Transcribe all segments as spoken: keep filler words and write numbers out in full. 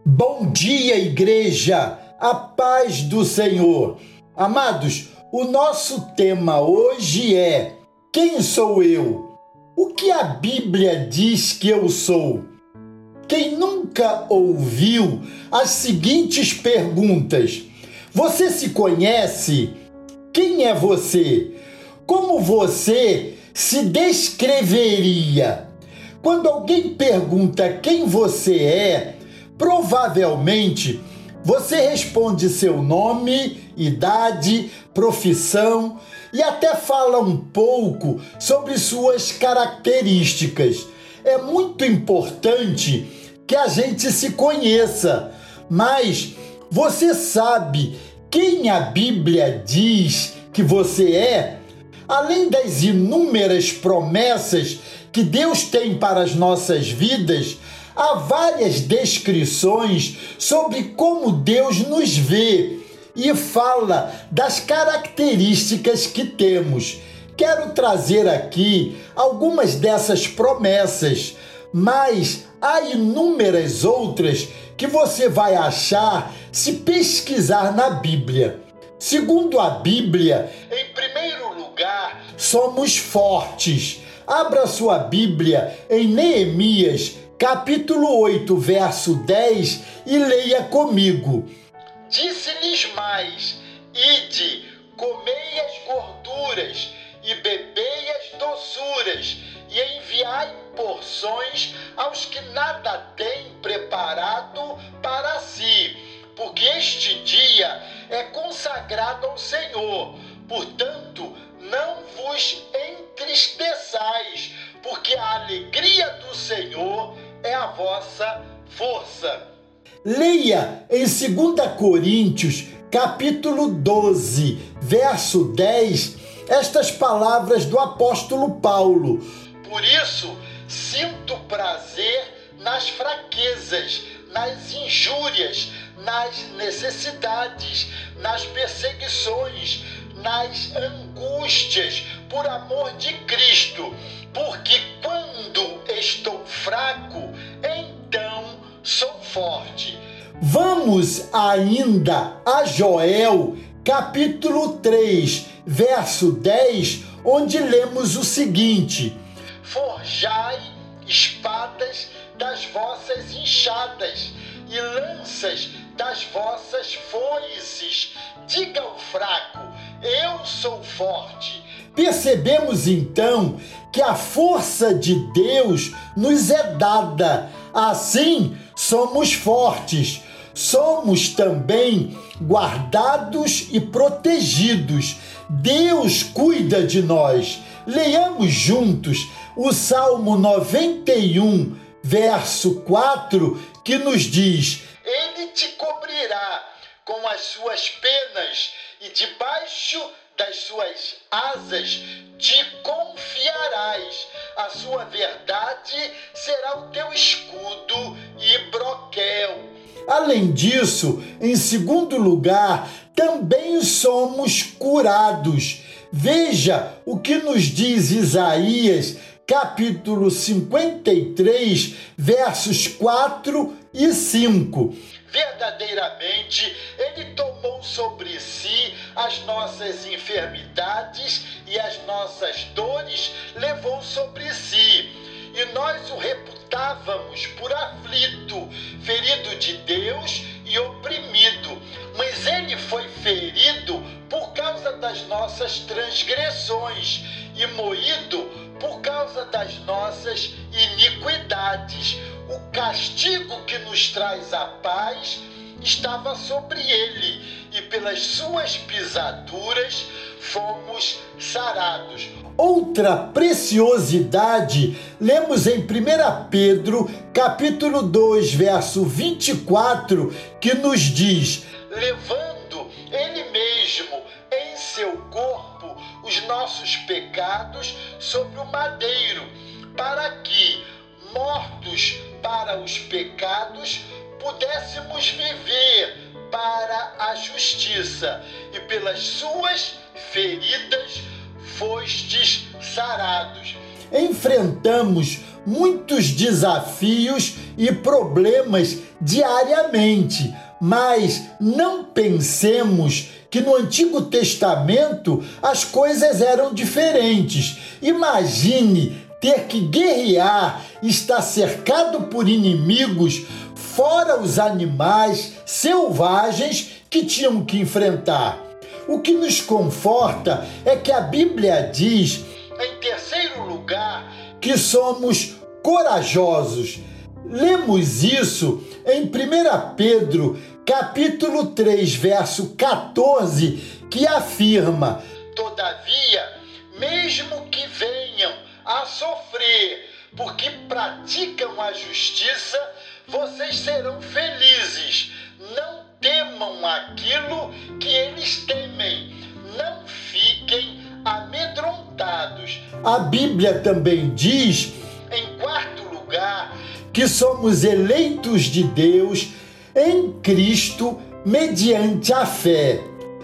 Bom dia, igreja! A paz do Senhor! Amados, o nosso tema hoje é: quem sou eu? O que a Bíblia diz que eu sou? Quem nunca ouviu as seguintes perguntas? Você se conhece? Quem é você? Como você se descreveria? Quando alguém pergunta quem você é, provavelmente você responde seu nome, idade, profissão e até fala um pouco sobre suas características. É muito importante que a gente se conheça, mas você sabe quem a Bíblia diz que você é? Além das inúmeras promessas que Deus tem para as nossas vidas, há várias descrições sobre como Deus nos vê e fala das características que temos. Quero trazer aqui algumas dessas promessas, mas há inúmeras outras que você vai achar se pesquisar na Bíblia. Segundo a Bíblia, em primeiro lugar, somos fortes. Abra sua Bíblia em Neemias, capítulo oito, verso dez, e leia comigo. Disse-lhes mais: ide, comei as gorduras e bebei as doçuras, e enviai porções aos que nada têm preparado para si, porque este dia é consagrado ao Senhor. Portanto, não vos entristeçais, porque a alegria do Senhor é a vossa força. Leia em dois Coríntios, capítulo doze, verso dez, estas palavras do apóstolo Paulo. Por isso, sinto prazer nas fraquezas, nas injúrias, nas necessidades, nas perseguições, nas angústias, por amor de Cristo, porque quando estou fraco, então sou forte. Vamos ainda a Joel, capítulo três, verso dez, onde lemos o seguinte: forjai espadas das vossas enxadas e lanças das vossas foices. Diga ao fraco: eu sou forte. Percebemos então que a força de Deus nos é dada. Assim, somos fortes. Somos também guardados e protegidos. Deus cuida de nós. Leiamos juntos o Salmo noventa e um, verso quatro, que nos diz: Ele te cobrirá com as suas penas e debaixo das suas asas te confiarás. A sua verdade será o teu escudo e broquel. Além disso, em segundo lugar, também somos curados. Veja o que nos diz Isaías, capítulo cinquenta e três, versos quatro e cinco. Verdadeiramente, Ele tomou sobre si as nossas enfermidades e as nossas dores levou sobre si. E nós o reputávamos por aflito, ferido de Deus e oprimido. Mas Ele foi ferido por causa das nossas transgressões e moído por causa das nossas iniquidades. O castigo que nos traz a paz estava sobre ele, e pelas suas pisaduras fomos sarados. Outra preciosidade, lemos em primeira Pedro, capítulo dois, verso vinte e quatro, que nos diz: levando ele mesmo em seu corpo os nossos pecados sobre o madeiro, para que, mortos para os pecados, pudéssemos viver para a justiça, e pelas suas feridas fostes sarados. Enfrentamos muitos desafios e problemas diariamente, mas não pensemos que no Antigo Testamento as coisas eram diferentes. Imagine ter que guerrear, estar cercado por inimigos, fora os animais selvagens que tinham que enfrentar. O que nos conforta é que a Bíblia diz, em terceiro lugar, que somos corajosos. Lemos isso em primeira Pedro, capítulo três, verso quatorze, que afirma: todavia, mesmo que venham a sofrer porque praticam a justiça, vocês serão felizes. Não temam aquilo que eles temem. Não fiquem amedrontados. A Bíblia também diz, em quarto lugar, que somos eleitos de Deus em Cristo mediante a fé.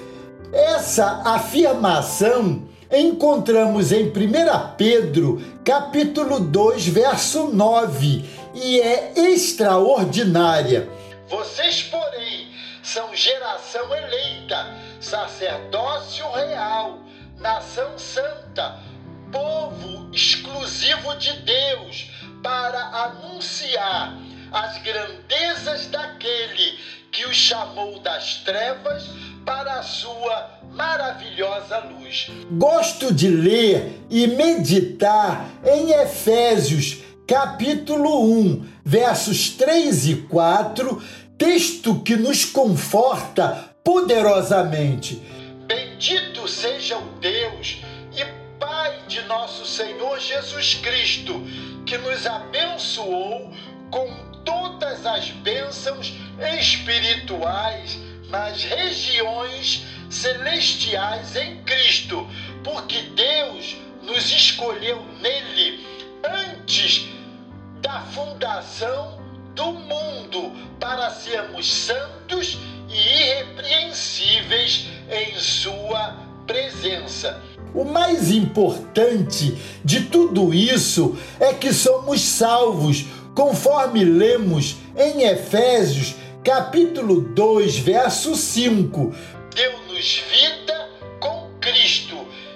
Essa afirmação encontramos em primeira Pedro, capítulo dois, verso nove, e é extraordinária. Vocês, porém, são geração eleita, sacerdócio real, nação santa, povo exclusivo de Deus, para anunciar as grandezas daquele que os chamou das trevas para a sua maravilhosa luz. Gosto de ler e meditar em Efésios, capítulo um, versos três e quatro, texto que nos conforta poderosamente. Bendito seja o Deus e Pai de nosso Senhor Jesus Cristo, que nos abençoou com todas as bênçãos espirituais nas regiões celestiais em Cristo, porque Deus nos escolheu nele antes da fundação do mundo para sermos santos e irrepreensíveis em sua presença. O mais importante de tudo isso é que somos salvos, conforme lemos em Efésios, capítulo dois, verso cinco. Deu-nos vida com Cristo,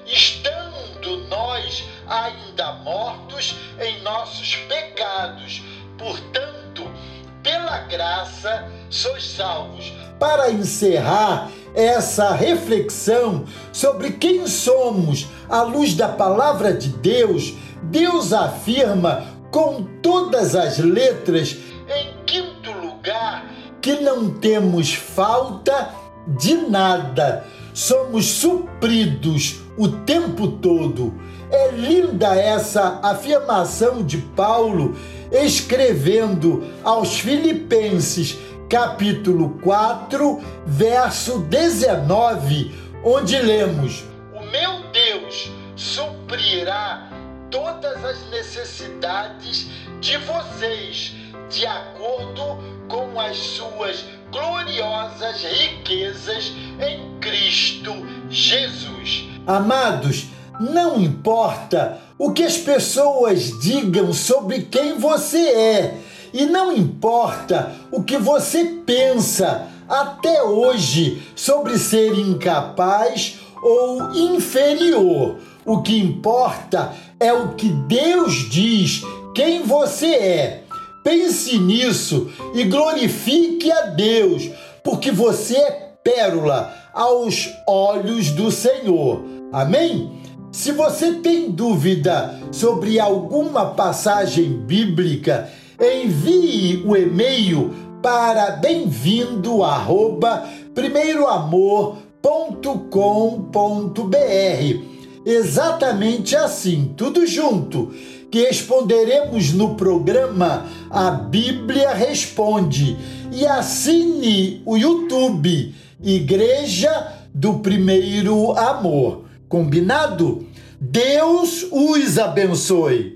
estando nós ainda mortos em nossos pecados. Portanto, pela graça sois salvos. Para encerrar essa reflexão sobre quem somos à luz da palavra de Deus, Deus afirma com todas as letras, em quinto lugar, que não temos falta de nada. Somos supridos o tempo todo. É linda essa afirmação de Paulo, escrevendo aos Filipenses, capítulo quatro, verso dezenove, onde lemos: o meu Deus suprirá todas as necessidades de vocês, de acordo com as suas gloriosas riquezas em Cristo Jesus. Amados, não importa o que as pessoas digam sobre quem você é, e não importa o que você pensa até hoje sobre ser incapaz ou inferior. O que importa é o que Deus diz quem você é. Pense nisso e glorifique a Deus, porque você é pérola aos olhos do Senhor. Amém? Se você tem dúvida sobre alguma passagem bíblica, envie o e-mail para bem-vindo arroba primeiroamor ponto com ponto br. Exatamente assim, tudo junto, que responderemos no programa A Bíblia Responde. E assine o YouTube Igreja do Primeiro Amor. Combinado? Deus os abençoe.